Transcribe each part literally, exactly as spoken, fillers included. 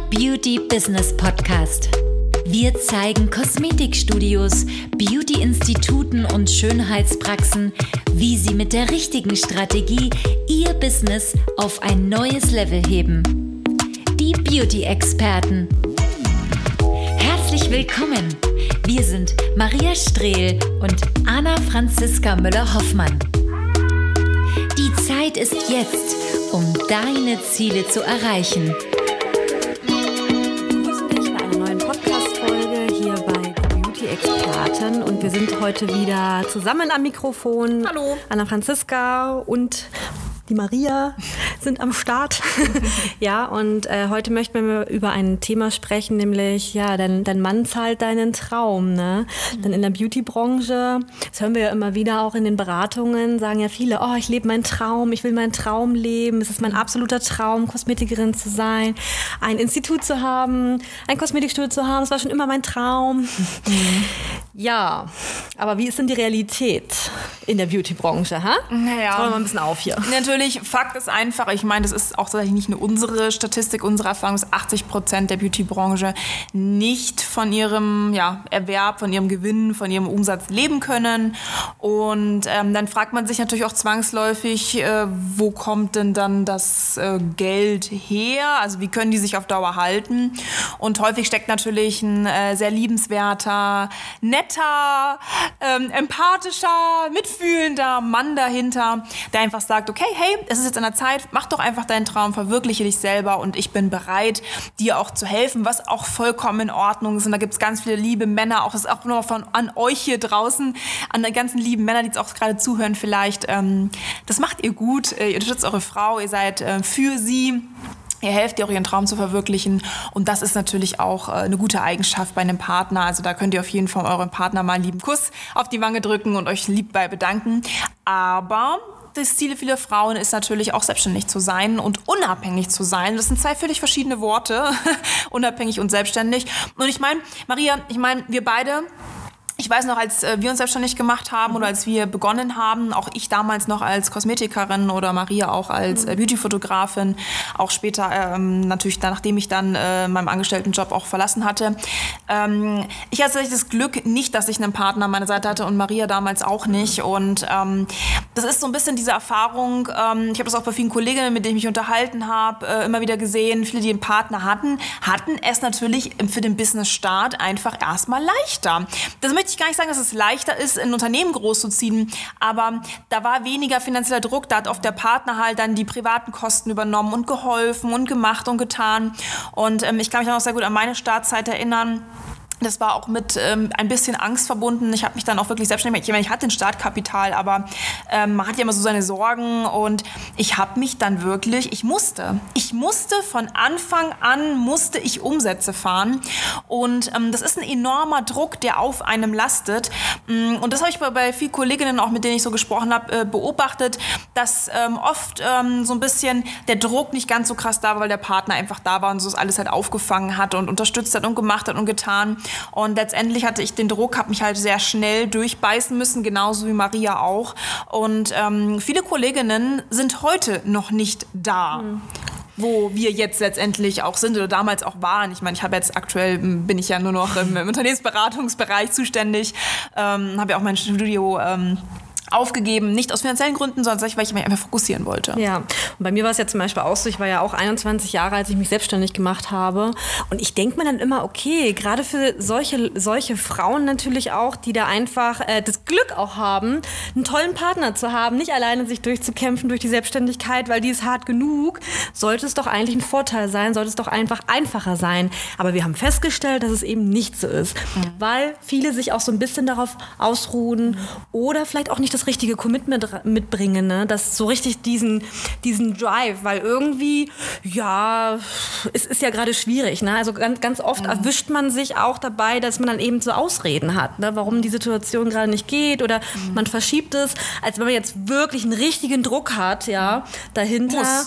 Beauty Business Podcast. Wir zeigen Kosmetikstudios, Beauty-Instituten und Schönheitspraxen, wie sie mit der richtigen Strategie ihr Business auf ein neues Level heben. Die Beauty-Experten. Herzlich willkommen. Wir sind Maria Strehl und Anna Franziska Müller-Hoffmann. Die Zeit ist jetzt, um deine Ziele zu erreichen. Und wir sind heute wieder zusammen am Mikrofon. Hallo. Anna Franziska und die Maria sind am Start. Ja, und äh, heute möchten wir über ein Thema sprechen, nämlich, ja, dein, dein Mann zahlt deinen Traum, ne? Mhm. Dann in der Beauty-Branche, das hören wir ja immer wieder auch in den Beratungen, sagen ja viele, oh, ich lebe meinen Traum, ich will meinen Traum leben, es ist mein absoluter Traum, Kosmetikerin zu sein, ein Institut zu haben, ein Kosmetikstudio zu haben, das war schon immer mein Traum. Mhm. Ja, aber wie ist denn die Realität in der Beauty-Branche, ha? Naja. Räumen wir mal ein bisschen auf hier. Natürlich, Fakt ist einfach, ich meine, das ist auch tatsächlich nicht nur unsere Statistik, unsere Erfahrung, dass achtzig Prozent der Beauty-Branche nicht von ihrem ja, Erwerb, von ihrem Gewinn, von ihrem Umsatz leben können. Und ähm, dann fragt man sich natürlich auch zwangsläufig, äh, wo kommt denn dann das äh, Geld her? Also wie können die sich auf Dauer halten? Und häufig steckt natürlich ein äh, sehr liebenswerter, netter, ähm, empathischer, mitfühlender Mann dahinter, der einfach sagt, okay, hey, es ist jetzt an der Zeit, mach doch einfach deinen Traum, verwirkliche dich selber und ich bin bereit, dir auch zu helfen, was auch vollkommen in Ordnung ist. Und da gibt es ganz viele liebe Männer, auch das ist auch nur von an euch hier draußen, an den ganzen lieben Männer, die jetzt auch gerade zuhören vielleicht. Ähm, das macht ihr gut, ihr unterstützt eure Frau, ihr seid äh, für sie. Ihr helft ihr auch, ihren Traum zu verwirklichen. Und das ist natürlich auch eine gute Eigenschaft bei einem Partner. Also da könnt ihr auf jeden Fall eurem Partner mal einen lieben Kuss auf die Wange drücken und euch lieb bei bedanken. Aber das Ziel vieler Frauen ist natürlich auch selbstständig zu sein und unabhängig zu sein. Das sind zwei völlig verschiedene Worte, unabhängig und selbstständig. Und ich meine, Maria, ich meine, wir beide... Ich weiß noch, als wir uns selbstständig gemacht haben oder als wir begonnen haben, auch ich damals noch als Kosmetikerin oder Maria auch als mhm. Beautyfotografin, auch später ähm, natürlich, dann, nachdem ich dann äh, meinen Angestelltenjob auch verlassen hatte. Ähm, ich hatte das Glück nicht, dass ich einen Partner an meiner Seite hatte und Maria damals auch nicht. Und ähm, das ist so ein bisschen diese Erfahrung, ähm, ich habe das auch bei vielen Kolleginnen, mit denen ich mich unterhalten habe, äh, immer wieder gesehen, viele, die einen Partner hatten, hatten es natürlich für den Business-Start einfach erstmal leichter. Das möchte ich gar nicht sagen, dass es leichter ist, ein Unternehmen großzuziehen, aber da war weniger finanzieller Druck, da hat oft der Partner halt dann die privaten Kosten übernommen und geholfen und gemacht und getan. Und ähm, ich kann mich auch noch sehr gut an meine Startzeit erinnern. Das war auch mit ähm, ein bisschen Angst verbunden. Ich habe mich dann auch wirklich selbstständig gemacht. Ich meine, ich hatte ein Startkapital, aber ähm, man hat ja immer so seine Sorgen. Und ich habe mich dann wirklich, ich musste, ich musste von Anfang an, musste ich Umsätze fahren. Und ähm, das ist ein enormer Druck, der auf einem lastet. Und das habe ich bei, bei vielen Kolleginnen, auch mit denen ich so gesprochen habe, äh, beobachtet, dass ähm, oft ähm, so ein bisschen der Druck nicht ganz so krass da war, weil der Partner einfach da war und so das alles halt aufgefangen hat und unterstützt hat und gemacht hat und getan. Und letztendlich hatte ich den Druck, habe mich halt sehr schnell durchbeißen müssen, genauso wie Maria auch. Und ähm, viele Kolleginnen sind heute noch nicht da. Mhm. Wo wir jetzt letztendlich auch sind oder damals auch waren. Ich meine, ich habe jetzt aktuell, bin ich ja nur noch im, im Unternehmensberatungsbereich zuständig, ähm, habe ja auch mein Studio ähm, aufgegeben, nicht aus finanziellen Gründen, sondern weil ich mich einfach fokussieren wollte. Ja, und bei mir war es ja zum Beispiel auch so, ich war ja auch einundzwanzig Jahre, als ich mich selbstständig gemacht habe. Und ich denke mir dann immer, okay, gerade für solche, solche Frauen natürlich auch, die da einfach äh, das Glück auch haben, einen tollen Partner zu haben, nicht alleine sich durchzukämpfen durch die Selbstständigkeit, weil die ist hart genug, sollte es doch eigentlich ein Vorteil sein, sollte es doch einfach einfacher sein. Aber wir haben festgestellt, dass es eben nicht so ist, mhm. weil viele sich auch so ein bisschen darauf ausruhen mhm. oder vielleicht auch nicht das richtige Commitment mitbringen, ne? Das so richtig diesen, diesen Drive, weil irgendwie, ja, es ist ja gerade schwierig, ne? Also ganz, ganz oft mhm. erwischt man sich auch dabei, dass man dann eben so Ausreden hat, ne? Warum die Situation gerade nicht geht oder mhm. man verschiebt es, als wenn man jetzt wirklich einen richtigen Druck hat, ja, dahinter. Muss.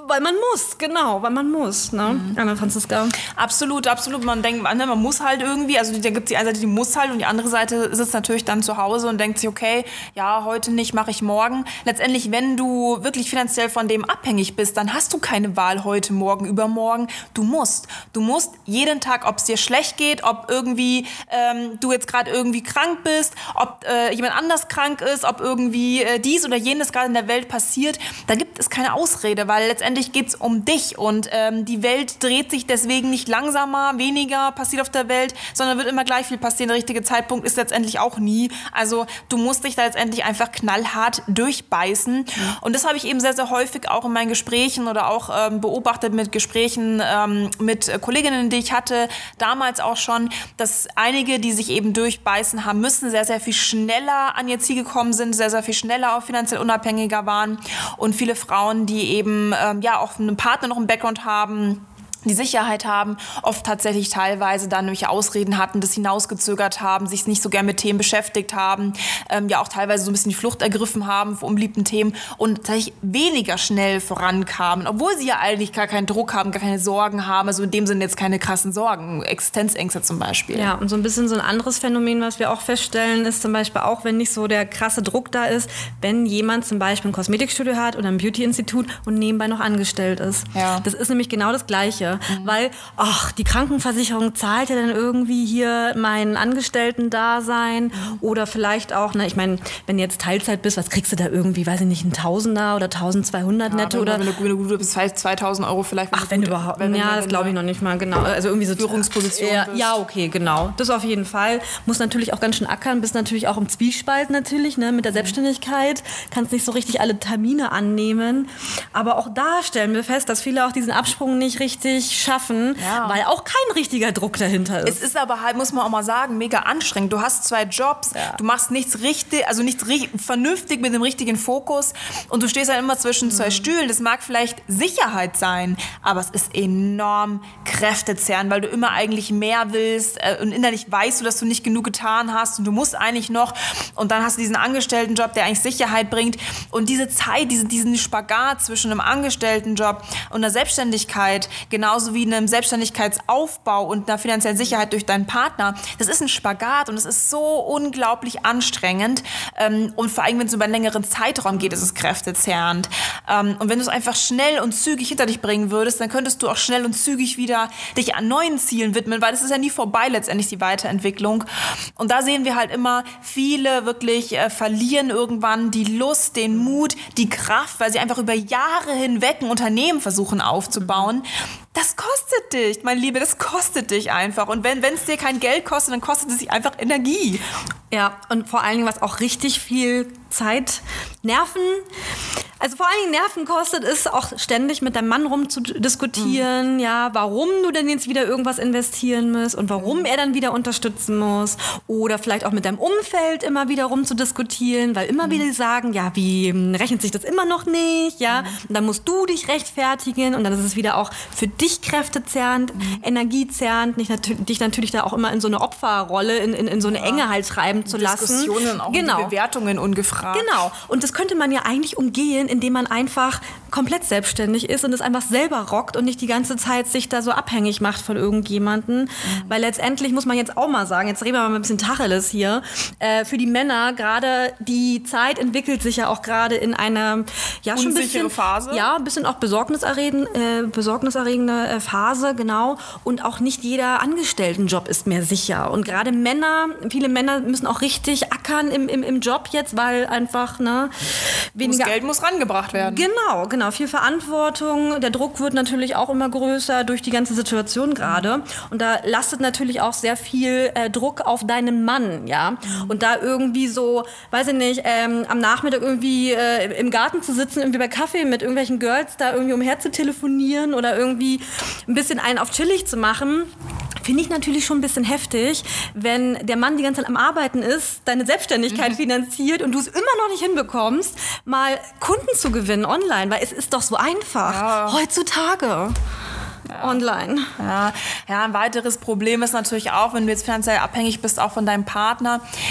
Weil man muss, genau, weil man muss. Ne? Mhm. Anna Franziska. Absolut, absolut. Man denkt, man muss halt irgendwie, also da gibt es die eine Seite, die muss halt und die andere Seite sitzt natürlich dann zu Hause und denkt sich, okay, ja, heute nicht, mache ich morgen. Letztendlich, wenn du wirklich finanziell von dem abhängig bist, dann hast du keine Wahl heute, morgen, übermorgen. Du musst. Du musst jeden Tag, ob es dir schlecht geht, ob irgendwie ähm, du jetzt gerade irgendwie krank bist, ob äh, jemand anders krank ist, ob irgendwie äh, dies oder jenes gerade in der Welt passiert, da gibt es keine Ausrede, weil letztendlich geht es um dich und ähm, die Welt dreht sich deswegen nicht langsamer, weniger passiert auf der Welt, sondern wird immer gleich viel passieren. Der richtige Zeitpunkt ist letztendlich auch nie. Also du musst dich da letztendlich einfach knallhart durchbeißen. Mhm. Und das habe ich eben sehr, sehr häufig auch in meinen Gesprächen oder auch ähm, beobachtet mit Gesprächen ähm, mit Kolleginnen, die ich hatte, damals auch schon, dass einige, die sich eben durchbeißen haben müssen, sehr, sehr viel schneller an ihr Ziel gekommen sind, sehr, sehr viel schneller auch finanziell unabhängiger waren und viele Frauen, die eben ähm, ja auch einen Partner noch im Background haben, die Sicherheit haben, oft tatsächlich teilweise dann nämlich Ausreden hatten, das hinausgezögert haben, sich nicht so gern mit Themen beschäftigt haben, ähm, ja auch teilweise so ein bisschen die Flucht ergriffen haben vor unbeliebten Themen und tatsächlich weniger schnell vorankamen, obwohl sie ja eigentlich gar keinen Druck haben, gar keine Sorgen haben, also in dem Sinne jetzt keine krassen Sorgen, Existenzängste zum Beispiel. Ja, und so ein bisschen so ein anderes Phänomen, was wir auch feststellen, ist zum Beispiel auch, wenn nicht so der krasse Druck da ist, wenn jemand zum Beispiel ein Kosmetikstudio hat oder ein Beauty-Institut und nebenbei noch angestellt ist. Ja. Das ist nämlich genau das Gleiche. Mhm. Weil, ach, die Krankenversicherung zahlt ja dann irgendwie hier mein Angestellten-Dasein mhm. oder vielleicht auch, ne, ich meine, wenn du jetzt Teilzeit bist, was kriegst du da irgendwie, weiß ich nicht, ein Tausender oder tausendzweihundert ja, netto? Oder wenn du, wenn du gut bist, zweitausend Euro vielleicht. Wenn ach, wenn gut, überhaupt, wenn, ja, wenn, das glaube ich noch nicht mal, genau. Also irgendwie so Führungsposition ja, bist. Ja, okay, genau. Das auf jeden Fall. Muss natürlich auch ganz schön ackern, bist natürlich auch im Zwiespalt natürlich, ne, mit der Selbstständigkeit, kannst nicht so richtig alle Termine annehmen. Aber auch da stellen wir fest, dass viele auch diesen Absprung nicht richtig schaffen, ja. weil auch kein richtiger Druck dahinter ist. Es ist aber halt, muss man auch mal sagen, mega anstrengend. Du hast zwei Jobs, ja. du machst nichts richtig, also nichts ri- vernünftig mit dem richtigen Fokus und du stehst halt immer zwischen mhm. zwei Stühlen. Das mag vielleicht Sicherheit sein, aber es ist enorm kräftezehrend, weil du immer eigentlich mehr willst äh, und innerlich weißt du, dass du nicht genug getan hast und du musst eigentlich noch und dann hast du diesen Angestelltenjob, der eigentlich Sicherheit bringt und diese Zeit, diesen, diesen Spagat zwischen einem Angestelltenjob und einer Selbstständigkeit, genauso wie einem Selbstständigkeitsaufbau und einer finanziellen Sicherheit durch deinen Partner, das ist ein Spagat und es ist so unglaublich anstrengend ähm, und vor allem, wenn es über einen längeren Zeitraum geht, ist es kräftezehrend. Ähm, und wenn du es einfach schnell und zügig hinter dich bringen würdest, dann könntest du auch schnell und zügig wieder dich an neuen Zielen widmen, weil das ist ja nie vorbei letztendlich, die Weiterentwicklung. Und da sehen wir halt immer, viele wirklich äh, verlieren irgendwann die Lust, den Mut, die Kraft, weil sie einfach über Jahre hinweg ein Unternehmen versuchen aufzubauen. Das kostet dich, meine Liebe, das kostet dich einfach. Und wenn es dir kein Geld kostet, dann kostet es dich einfach Energie. Ja, und vor allen Dingen, was auch richtig viel Zeit, Nerven, also vor allen Dingen Nerven kostet, ist auch ständig mit deinem Mann rumzudiskutieren, mhm. ja, warum du denn jetzt wieder irgendwas investieren musst und warum er dann wieder unterstützen muss. Oder vielleicht auch mit deinem Umfeld immer wieder rumzudiskutieren, weil immer mhm. wieder sagen, ja, wie rechnet sich das immer noch nicht, ja. Mhm. Und dann musst du dich rechtfertigen und dann ist es wieder auch für dich kräftezehrend, mhm. energiezerrend, nicht nat- dich natürlich da auch immer in so eine Opferrolle, in, in, in so eine ja. Enge halt treiben zu lassen. Diskussionen, auch genau. die Bewertungen ungefragt. Genau. Und das könnte man ja eigentlich umgehen, indem man einfach komplett selbstständig ist und es einfach selber rockt und nicht die ganze Zeit sich da so abhängig macht von irgendjemanden. Mhm. Weil letztendlich muss man jetzt auch mal sagen, jetzt reden wir mal ein bisschen Tacheles hier, äh, für die Männer gerade die Zeit entwickelt sich ja auch gerade in einer ja, schon ein bisschen, Phase. Ja, ein bisschen auch besorgniserregend, äh, besorgniserregende äh, Phase, genau. Und auch nicht jeder Angestelltenjob ist mehr sicher. Und gerade Männer, viele Männer müssen auch richtig ackern im, im, im Job jetzt, weil einfach ne, weniger... Das Geld muss rangebracht werden. Genau, genau. Viel Verantwortung. Der Druck wird natürlich auch immer größer durch die ganze Situation gerade. Und da lastet natürlich auch sehr viel äh, Druck auf deinen Mann, ja. Und da irgendwie so, weiß ich nicht, ähm, am Nachmittag irgendwie äh, im Garten zu sitzen, irgendwie bei Kaffee mit irgendwelchen Girls da irgendwie umher zu telefonieren oder irgendwie ein bisschen einen auf chillig zu machen, finde ich natürlich schon ein bisschen heftig, wenn der Mann die ganze Zeit am Arbeiten ist, deine Selbstständigkeit mhm. finanziert und du es immer noch nicht hinbekommst, mal Kunden zu gewinnen online, weil es ist doch so einfach ja. heutzutage. Ja. Online. Ja. ja, ein weiteres Problem ist natürlich auch, wenn du jetzt finanziell abhängig bist, auch von deinem Partner,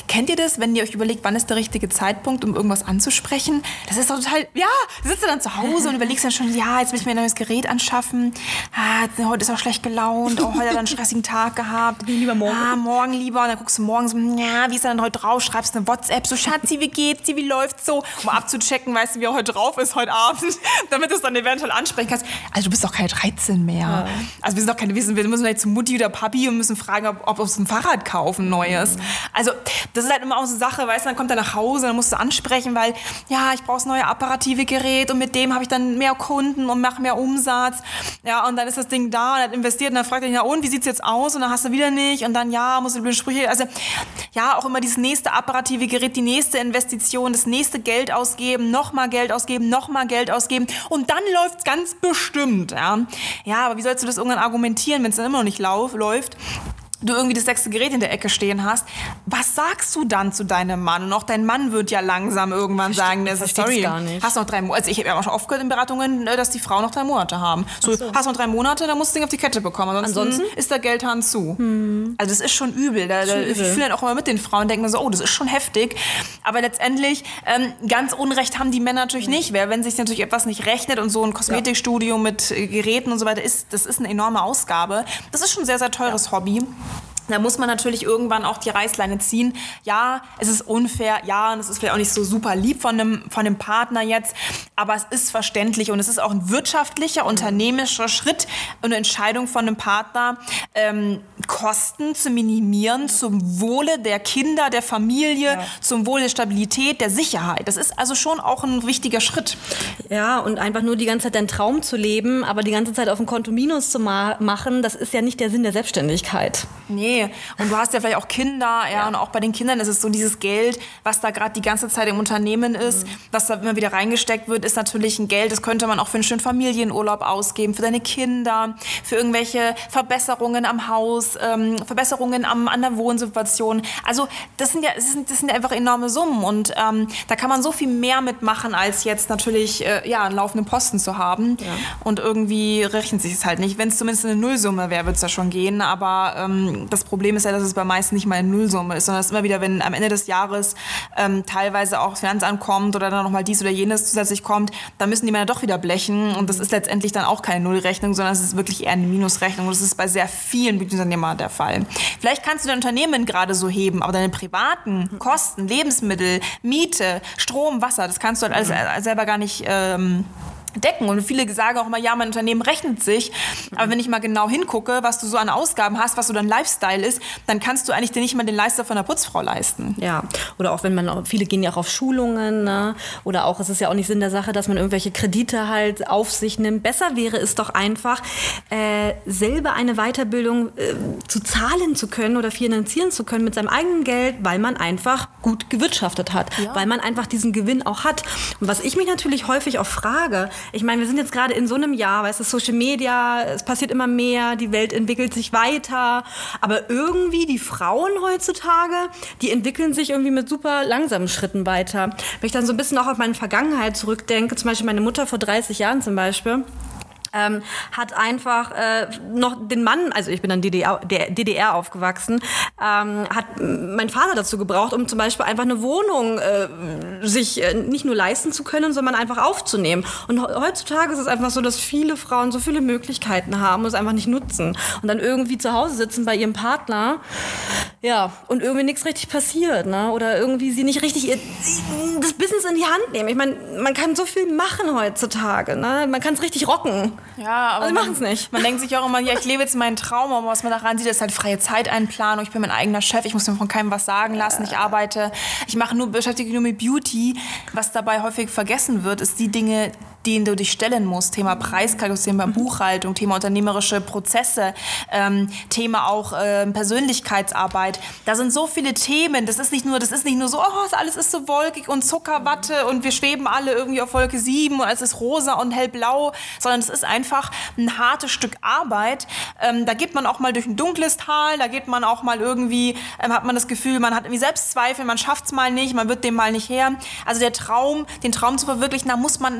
kennt ihr das, wenn ihr euch überlegt, wann ist der richtige Zeitpunkt, um irgendwas anzusprechen? Das ist doch total, ja, du sitzt dann zu Hause und überlegst dann schon, ja, jetzt will ich mir ein neues Gerät anschaffen. Ah, heute ist auch schlecht gelaunt, oh, heute hat er einen stressigen Tag gehabt. Lieber morgen. Ah, morgen lieber. Und dann guckst du morgen so, ja, wie ist er denn heute drauf? Schreibst eine WhatsApp, so Schatzi, wie geht's dir, wie läuft's so? Um abzuchecken, weißt du, wie er heute drauf ist, heute Abend, damit du es dann eventuell ansprechen kannst. Also du bist doch keine dreizehn mehr. Ja. Also wir sind doch keine, wir, sind, wir müssen jetzt zu Mutti oder Papi und müssen fragen, ob, ob wir uns ein Fahrrad kaufen, neues. Mhm. Also das ist halt immer auch so eine Sache, weißt du, dann kommt er nach Hause, dann musst du ansprechen, weil, ja, ich brauche das neue apparative Gerät und mit dem habe ich dann mehr Kunden und mache mehr Umsatz. Ja, und dann ist das Ding da und er hat investiert und dann fragt er, ja und, wie sieht's jetzt aus? Und dann hast du wieder nicht und dann, ja, musst du über Sprüche, also ja, auch immer dieses nächste apparative Gerät, die nächste Investition, das nächste Geld ausgeben, nochmal Geld ausgeben, nochmal Geld ausgeben und dann läuft's ganz bestimmt, ja. Ja, aber wie sollst du das irgendwann argumentieren, wenn es dann immer noch nicht lauf, läuft? Du irgendwie das sechste Gerät in der Ecke stehen hast, was sagst du dann zu deinem Mann? Und auch dein Mann wird ja langsam irgendwann Verste- sagen, das ist sorry, gar nicht. hast noch drei Monate. Also ich habe ja auch schon oft gehört in Beratungen, dass die Frauen noch drei Monate haben. So, so. Hast noch drei Monate, dann musst du das Ding auf die Kette bekommen. Ansonsten, Ansonsten? ist der Geldhahn zu. Hm. Also das ist schon übel. Da, da, ich fühle dann auch immer mit den Frauen, denken mir so, oh, das ist schon heftig. Aber letztendlich, ähm, ganz Unrecht haben die Männer natürlich hm. nicht. Weil wenn sich natürlich etwas nicht rechnet und so ein Kosmetikstudio ja. mit Geräten und so weiter ist, das ist eine enorme Ausgabe. Das ist schon ein sehr, sehr teures ja. Hobby. Da muss man natürlich irgendwann auch die Reißleine ziehen. Ja, es ist unfair, ja, und es ist vielleicht auch nicht so super lieb von dem, von dem Partner jetzt, aber es ist verständlich und es ist auch ein wirtschaftlicher, unternehmerischer Schritt und eine Entscheidung von einem Partner, ähm, Kosten zu minimieren zum Wohle der Kinder, der Familie, ja. zum Wohle der Stabilität, der Sicherheit. Das ist also schon auch ein wichtiger Schritt. Ja, und einfach nur die ganze Zeit deinen Traum zu leben, aber die ganze Zeit auf dem Konto Minus zu ma- machen, das ist ja nicht der Sinn der Selbstständigkeit. Nee. Und du hast ja vielleicht auch Kinder, ja, ja. und auch bei den Kindern ist es so, dieses Geld, was da gerade die ganze Zeit im Unternehmen ist, mhm. was da immer wieder reingesteckt wird, ist natürlich ein Geld, das könnte man auch für einen schönen Familienurlaub ausgeben, für deine Kinder, für irgendwelche Verbesserungen am Haus, ähm, Verbesserungen am, an der Wohnsituation. Also das sind ja, das sind, das sind ja einfach enorme Summen und ähm, da kann man so viel mehr mitmachen, als jetzt natürlich äh, ja, einen laufenden Posten zu haben. Ja. Und irgendwie rechnet sich es halt nicht. Wenn es zumindest eine Nullsumme wäre, würde es da schon gehen, aber ähm, das Problem ist ja, dass es bei meisten nicht mal eine Nullsumme ist, sondern es ist immer wieder, wenn am Ende des Jahres ähm, teilweise auch das Finanzamt kommt oder dann nochmal dies oder jenes zusätzlich kommt, dann müssen die Männer doch wieder blechen und das ist letztendlich dann auch keine Nullrechnung, sondern es ist wirklich eher eine Minusrechnung und das ist bei sehr vielen Unternehmern der Fall. Vielleicht kannst du dein Unternehmen gerade so heben, aber deine privaten Kosten, Lebensmittel, Miete, Strom, Wasser, das kannst du halt alles selber gar nicht ähm, decken. Und viele sagen auch immer, ja, mein Unternehmen rechnet sich. Aber wenn ich mal genau hingucke, was du so an Ausgaben hast, was so dein Lifestyle ist, dann kannst du eigentlich dir nicht mal den Leister von der Putzfrau leisten. Ja, oder auch wenn man, viele gehen ja auch auf Schulungen, ne? Oder auch, es ist ja auch nicht Sinn der Sache, dass man irgendwelche Kredite halt auf sich nimmt. Besser wäre es doch einfach, äh, selber eine Weiterbildung äh, zu zahlen zu können oder finanzieren zu können mit seinem eigenen Geld, weil man einfach gut gewirtschaftet hat, ja. weil man einfach diesen Gewinn auch hat. Und was ich mich natürlich häufig auch frage, ich meine, wir sind jetzt gerade in so einem Jahr, weißt du, Social Media, es passiert immer mehr, die Welt entwickelt sich weiter, aber irgendwie die Frauen heutzutage, die entwickeln sich irgendwie mit super langsamen Schritten weiter. Wenn ich dann so ein bisschen auch auf meine Vergangenheit zurückdenke, zum Beispiel meine Mutter vor dreißig Jahren zum Beispiel, Ähm, hat einfach äh, noch den Mann, also ich bin dann D D R, der D D R aufgewachsen, ähm, hat mein Vater dazu gebraucht, um zum Beispiel einfach eine Wohnung äh, sich äh, nicht nur leisten zu können, sondern einfach aufzunehmen. Und heutzutage ist es einfach so, dass viele Frauen so viele Möglichkeiten haben und es einfach nicht nutzen. Und dann irgendwie zu Hause sitzen bei ihrem Partner, ja, und irgendwie nichts richtig passiert, ne? Oder irgendwie sie nicht richtig ihr, das Business in die Hand nehmen. Ich meine, man kann so viel machen heutzutage, ne? Man kann es richtig rocken. Ja, aber also man machen es nicht. Man denkt sich auch immer, ja, ich lebe jetzt meinen Traum, aber was man daran sieht, ist halt freie Zeiteinplanung. Ich bin mein eigener Chef, ich muss mir von keinem was sagen lassen. Ich arbeite, ich mache nur, beschäftige mich nur mit Beauty. Was dabei häufig vergessen wird, ist die Dinge, denen du dich stellen musst. Thema Preiskalkulation, Thema Buchhaltung, Thema unternehmerische Prozesse, ähm, Thema auch äh, Persönlichkeitsarbeit. Da sind so viele Themen. Das ist nicht nur, das ist nicht nur so, oh, alles ist so wolkig und Zuckerwatte und wir schweben alle irgendwie auf Wolke sieben und es ist rosa und hellblau, sondern es ist einfach ein hartes Stück Arbeit. Ähm, da geht man auch mal durch ein dunkles Tal, da geht man auch mal irgendwie, ähm, hat man das Gefühl, man hat irgendwie Selbstzweifel, man schafft es mal nicht, man wird dem mal nicht her. Also der Traum, den Traum zu verwirklichen, da muss man, das ist ein hartes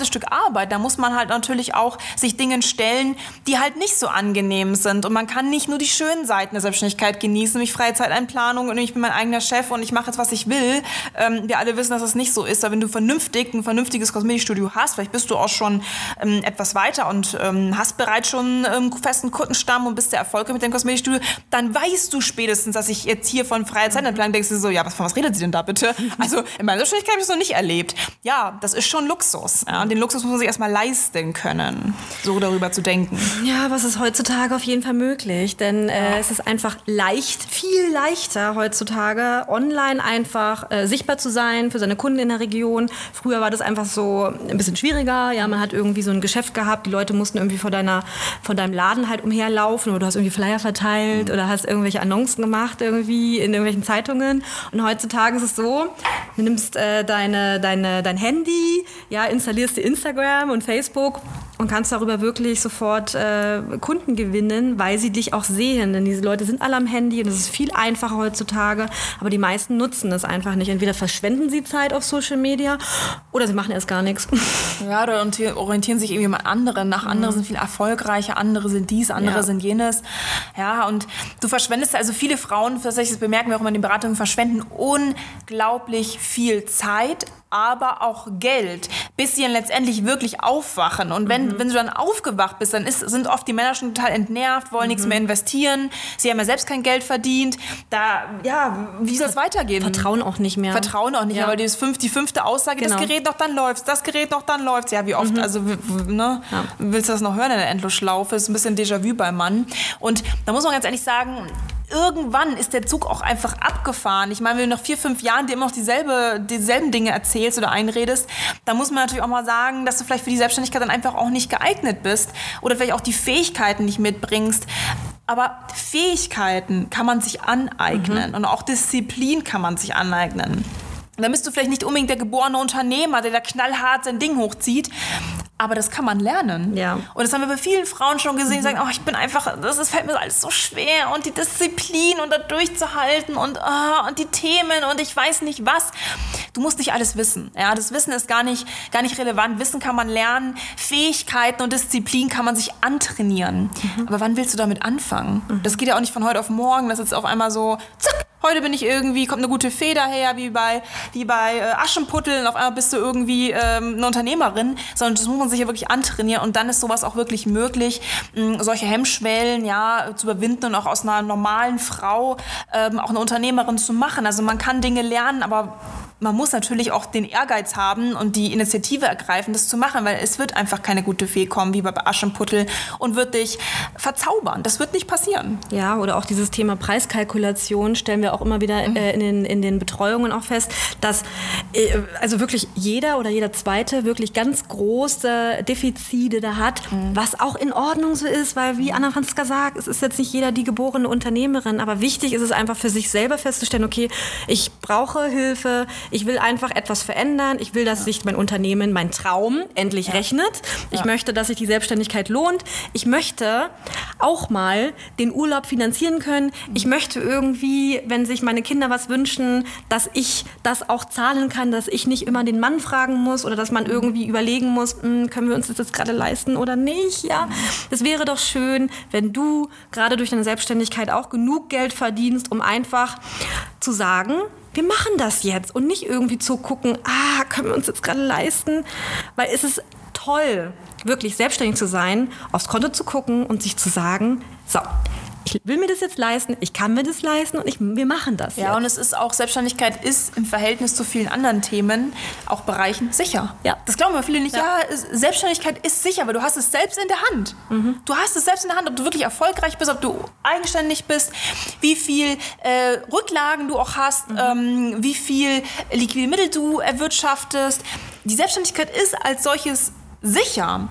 hartes Stück Arbeit. Da muss man halt natürlich auch sich Dingen stellen, die halt nicht so angenehm sind. Und man kann nicht nur die schönen Seiten der Selbstständigkeit genießen, nämlich freie Zeiteinplanung und ich bin mein eigener Chef und ich mache jetzt, was ich will. Ähm, wir alle wissen, dass das nicht so ist. Aber wenn du vernünftig ein vernünftiges Kosmetikstudio hast, vielleicht bist du auch schon ähm, etwas weiter und ähm, hast bereits schon einen ähm, festen Kundenstamm und bist der Erfolg mit dem Kosmetikstudio, dann weißt du spätestens, dass ich jetzt hier von freier Zeiteinplanung denkst du so, ja, was, von was redet sie denn da bitte? Also in meiner Selbstständigkeit habe ich das noch nicht erlebt. Ja, das ist schon Luxus. Ja, und den Luxus muss man sich erstmal leisten können, so darüber zu denken. Ja, was ist heutzutage auf jeden Fall möglich, denn äh, es ist einfach leicht, viel leichter heutzutage, online einfach äh, sichtbar zu sein für seine Kunden in der Region. Früher war das einfach so ein bisschen schwieriger. Ja, man hat irgendwie so ein Geschäft gehabt, die Leute mussten irgendwie vor deiner, vor deinem Laden halt umherlaufen oder du hast irgendwie Flyer verteilt mhm. oder hast irgendwelche Annoncen gemacht irgendwie in irgendwelchen Zeitungen. Und heutzutage ist es so, du nimmst äh, deine, deine, dein Handy, ja, installierst dir Instagram und Facebook und kannst darüber wirklich sofort äh, Kunden gewinnen, weil sie dich auch sehen. Denn diese Leute sind alle am Handy und es ist viel einfacher heutzutage. Aber die meisten nutzen es einfach nicht. Entweder verschwenden sie Zeit auf Social Media oder sie machen erst gar nichts. Ja, oder orientieren sich irgendwie mal anderen nach. Andere mhm. sind viel erfolgreicher, andere sind dies, andere ja. sind jenes. Ja, und du verschwendest, also viele Frauen, das bemerken wir auch immer in den Beratungen, verschwenden unglaublich viel Zeit, aber auch Geld, bis sie dann letztendlich wirklich aufwachen. Und wenn, mhm. wenn du dann aufgewacht bist, dann ist, sind oft die Männer schon total entnervt, wollen mhm. nichts mehr investieren. Sie haben ja selbst kein Geld verdient. Da, ja, wie soll es weitergehen? Vertrauen auch nicht mehr. Vertrauen auch nicht ja. mehr, weil die, fünf, die fünfte Aussage, genau. das Gerät noch, dann läuft's, das Gerät noch, dann läuft's. Ja, wie oft, mhm. also, ne, ja. willst du das noch hören in der Endlosschlaufe? Das ist ein bisschen Déjà-vu beim Mann. Und da muss man ganz ehrlich sagen, irgendwann ist der Zug auch einfach abgefahren. Ich meine, wenn du nach vier, fünf Jahren dir immer noch dieselbe, dieselben Dinge erzählst oder einredest, dann muss man natürlich auch mal sagen, dass du vielleicht für die Selbstständigkeit dann einfach auch nicht geeignet bist oder vielleicht auch die Fähigkeiten nicht mitbringst. Aber Fähigkeiten kann man sich aneignen mhm. und auch Disziplin kann man sich aneignen. Und dann bist du vielleicht nicht unbedingt der geborene Unternehmer, der da knallhart sein Ding hochzieht. Aber das kann man lernen. Ja. Und das haben wir bei vielen Frauen schon gesehen, die sagen, oh, ich bin einfach, das ist, fällt mir alles so schwer und die Disziplin und da durchzuhalten und, oh, und die Themen und ich weiß nicht was. Du musst nicht alles wissen. Ja, das Wissen ist gar nicht, gar nicht relevant. Wissen kann man lernen, Fähigkeiten und Disziplin kann man sich antrainieren. Mhm. Aber wann willst du damit anfangen? Mhm. Das geht ja auch nicht von heute auf morgen, dass jetzt auf einmal so, zack, heute bin ich irgendwie, kommt eine gute Feder her, wie bei, wie bei äh, Aschenputtel und auf einmal bist du irgendwie ähm, eine Unternehmerin, sondern das muss man sich ja wirklich antrainieren und dann ist sowas auch wirklich möglich, mh, solche Hemmschwellen ja, zu überwinden und auch aus einer normalen Frau ähm, auch eine Unternehmerin zu machen. Also man kann Dinge lernen, aber man muss natürlich auch den Ehrgeiz haben und die Initiative ergreifen, das zu machen, weil es wird einfach keine gute Fee kommen, wie bei Aschenputtel und wird dich verzaubern. Das wird nicht passieren. Ja, oder auch dieses Thema Preiskalkulation stellen wir auch immer wieder äh, in, den, in den Betreuungen auch fest, dass äh, also wirklich jeder oder jeder Zweite wirklich ganz große Defizite da hat, mhm. was auch in Ordnung so ist, weil wie Anna-Franziska sagt, es ist jetzt nicht jeder die geborene Unternehmerin, aber wichtig ist es einfach für sich selber festzustellen, okay, ich brauche Hilfe, ich will einfach etwas verändern. Ich will, dass sich mein Unternehmen, mein Traum endlich ja. rechnet. Ich ja. möchte, dass sich die Selbstständigkeit lohnt. Ich möchte auch mal den Urlaub finanzieren können. Ich möchte irgendwie, wenn sich meine Kinder was wünschen, dass ich das auch zahlen kann, dass ich nicht immer den Mann fragen muss oder dass man irgendwie überlegen muss, können wir uns das jetzt gerade leisten oder nicht. Ja, es wäre doch schön, wenn du gerade durch deine Selbstständigkeit auch genug Geld verdienst, um einfach zu sagen, wir machen das jetzt und nicht irgendwie zu gucken, ah, können wir uns jetzt gerade leisten? Weil es ist toll, wirklich selbstständig zu sein, aufs Konto zu gucken und sich zu sagen, so, ich will mir das jetzt leisten, ich kann mir das leisten und ich, wir machen das. Ja, jetzt. Und es ist auch, Selbstständigkeit ist im Verhältnis zu vielen anderen Themen, auch Bereichen, sicher. Ja. Das glauben wir viele nicht. Ja, ja Selbstständigkeit ist sicher, weil du hast es selbst in der Hand. Mhm. Du hast es selbst in der Hand, ob du wirklich erfolgreich bist, ob du eigenständig bist, wie viel äh, Rücklagen du auch hast, mhm. ähm, wie viel liquide Mittel du erwirtschaftest. Die Selbstständigkeit ist als solches sicher.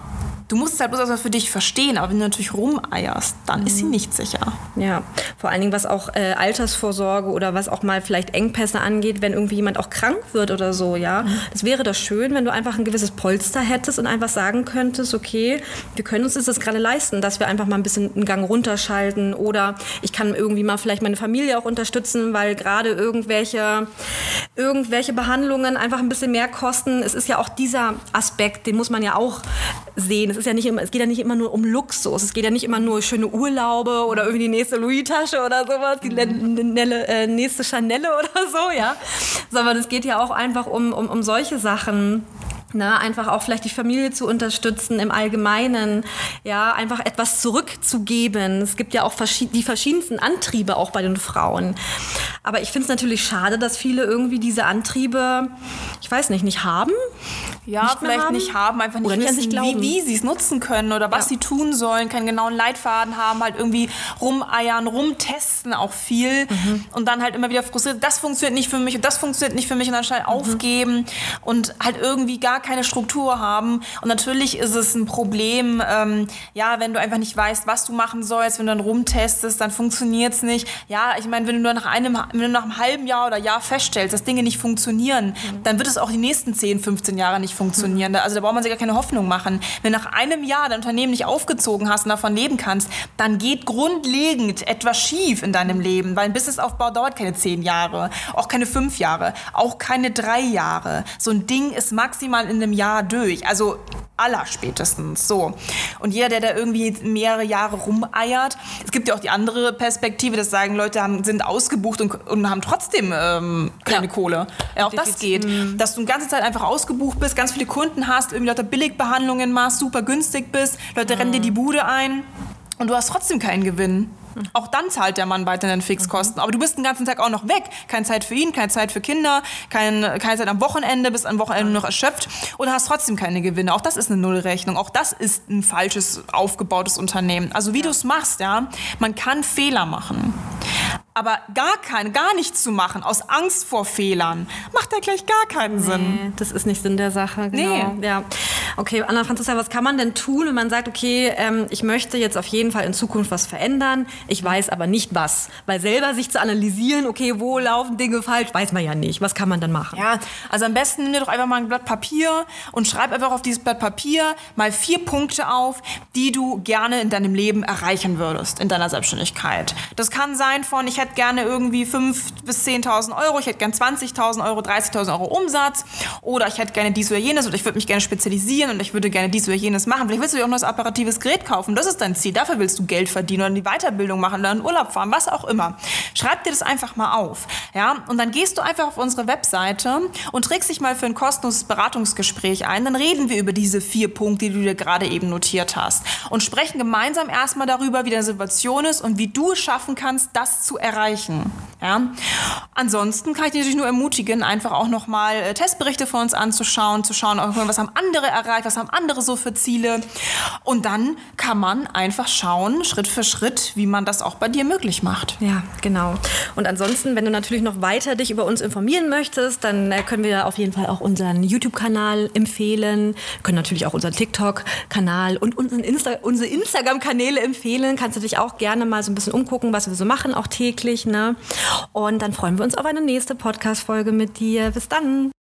Du musst es halt bloß erstmal für dich verstehen, aber wenn du natürlich rumeierst, dann mhm. ist sie nicht sicher. Ja, vor allen Dingen was auch äh, Altersvorsorge oder was auch mal vielleicht Engpässe angeht, wenn irgendwie jemand auch krank wird oder so, ja. Mhm. Das wäre das schön, wenn du einfach ein gewisses Polster hättest und einfach sagen könntest, okay, wir können uns das gerade leisten, dass wir einfach mal ein bisschen einen Gang runterschalten oder ich kann irgendwie mal vielleicht meine Familie auch unterstützen, weil gerade irgendwelche, irgendwelche Behandlungen einfach ein bisschen mehr kosten. Es ist ja auch dieser Aspekt, den muss man ja auch sehen. Es ist ja nicht immer, es geht ja nicht immer nur um Luxus. Es geht ja nicht immer nur schöne Urlaube oder irgendwie die nächste Louis-Tasche oder sowas, die mhm. äh, nächste Chanel oder so, ja. Sondern es geht ja auch einfach um, um, um solche Sachen. Na, einfach auch vielleicht die Familie zu unterstützen im Allgemeinen, ja, einfach etwas zurückzugeben. Es gibt ja auch verschied- die verschiedensten Antriebe auch bei den Frauen. Aber ich finde es natürlich schade, dass viele irgendwie diese Antriebe, ich weiß nicht, nicht haben. Ja, nicht vielleicht haben. nicht haben, einfach nicht oder wissen, nicht wie, wie sie es nutzen können oder was ja. sie tun sollen, keinen genauen Leitfaden haben, halt irgendwie rumeiern, rumtesten auch viel mhm. und dann halt immer wieder frustriert, das funktioniert nicht für mich und das funktioniert nicht für mich und dann schnell mhm. aufgeben und halt irgendwie gar keine Struktur haben. Und natürlich ist es ein Problem, ähm, ja, wenn du einfach nicht weißt, was du machen sollst, wenn du dann rumtestest, dann funktioniert es nicht. Ja, ich meine, wenn du nur nach einem, wenn du nach einem halben Jahr oder Jahr feststellst, dass Dinge nicht funktionieren, mhm. dann wird es auch die nächsten zehn, fünfzehn Jahre nicht funktionieren. Mhm. Also da braucht man sich gar keine Hoffnung machen. Wenn nach einem Jahr dein Unternehmen nicht aufgezogen hast und davon leben kannst, dann geht grundlegend etwas schief in deinem Leben, weil ein Businessaufbau dauert keine zehn Jahre, auch keine fünf Jahre, auch keine drei Jahre. So ein Ding ist maximal in einem Jahr durch, also allerspätestens so. Und jeder, der da irgendwie mehrere Jahre rumeiert, es gibt ja auch die andere Perspektive, das sagen Leute, haben, sind ausgebucht und, und haben trotzdem ähm, keine ja. Kohle. Ja, auch das geht. Mhm. Dass du die ganze Zeit einfach ausgebucht bist, ganz viele Kunden hast, irgendwie Leute Billigbehandlungen machst, super günstig bist, Leute mhm. rennen dir die Bude ein und du hast trotzdem keinen Gewinn. Auch dann zahlt der Mann weiterhin Fixkosten. Aber du bist den ganzen Tag auch noch weg. Keine Zeit für ihn, keine Zeit für Kinder, kein, keine Zeit am Wochenende, bist am Wochenende noch erschöpft und hast trotzdem keine Gewinne. Auch das ist eine Nullrechnung. Auch das ist ein falsches, aufgebautes Unternehmen. Also wie ja. du es machst, ja, man kann Fehler machen. Aber gar keine, gar nichts zu machen, aus Angst vor Fehlern, macht ja gleich gar keinen nee, Sinn. Das ist nicht Sinn der Sache, genau. Nee. Ja. Okay, Anna-Franziska, was kann man denn tun, wenn man sagt, okay, ähm, ich möchte jetzt auf jeden Fall in Zukunft was verändern, ich weiß aber nicht was. Weil selber sich zu analysieren, okay, wo laufen Dinge falsch, weiß man ja nicht. Was kann man dann machen? Ja, also am besten nimm dir doch einfach mal ein Blatt Papier und schreib einfach auf dieses Blatt Papier mal vier Punkte auf, die du gerne in deinem Leben erreichen würdest, in deiner Selbstständigkeit. Das kann sein von, ich hätte gerne irgendwie fünftausend bis zehntausend Euro, ich hätte gerne zwanzigtausend Euro, dreißigtausend Euro Umsatz oder ich hätte gerne dies oder jenes oder ich würde mich gerne spezialisieren und ich würde gerne dies oder jenes machen. Vielleicht willst du dir auch noch ein operatives Gerät kaufen, das ist dein Ziel, dafür willst du Geld verdienen oder die Weiterbildung machen oder in Urlaub fahren, was auch immer. Schreib dir das einfach mal auf, ja, und dann gehst du einfach auf unsere Webseite und trägst dich mal für ein kostenloses Beratungsgespräch ein, dann reden wir über diese vier Punkte, die du dir gerade eben notiert hast und sprechen gemeinsam erstmal darüber, wie deine Situation ist und wie du es schaffen kannst, das zu erreichen. Ja? Ansonsten kann ich dich natürlich nur ermutigen, einfach auch nochmal äh, Testberichte von uns anzuschauen, zu schauen, was haben andere erreicht, was haben andere so für Ziele. Und dann kann man einfach schauen, Schritt für Schritt, wie man das auch bei dir möglich macht. Ja, genau. Und ansonsten, wenn du natürlich noch weiter dich über uns informieren möchtest, dann äh, können wir auf jeden Fall auch unseren YouTube-Kanal empfehlen. Wir können natürlich auch unseren TikTok-Kanal und unseren Insta- unsere Instagram-Kanäle empfehlen. Kannst du dich auch gerne mal so ein bisschen umgucken, was wir so machen, auch täglich. Ne? Und dann freuen wir uns auf eine nächste Podcast-Folge mit dir. Bis dann!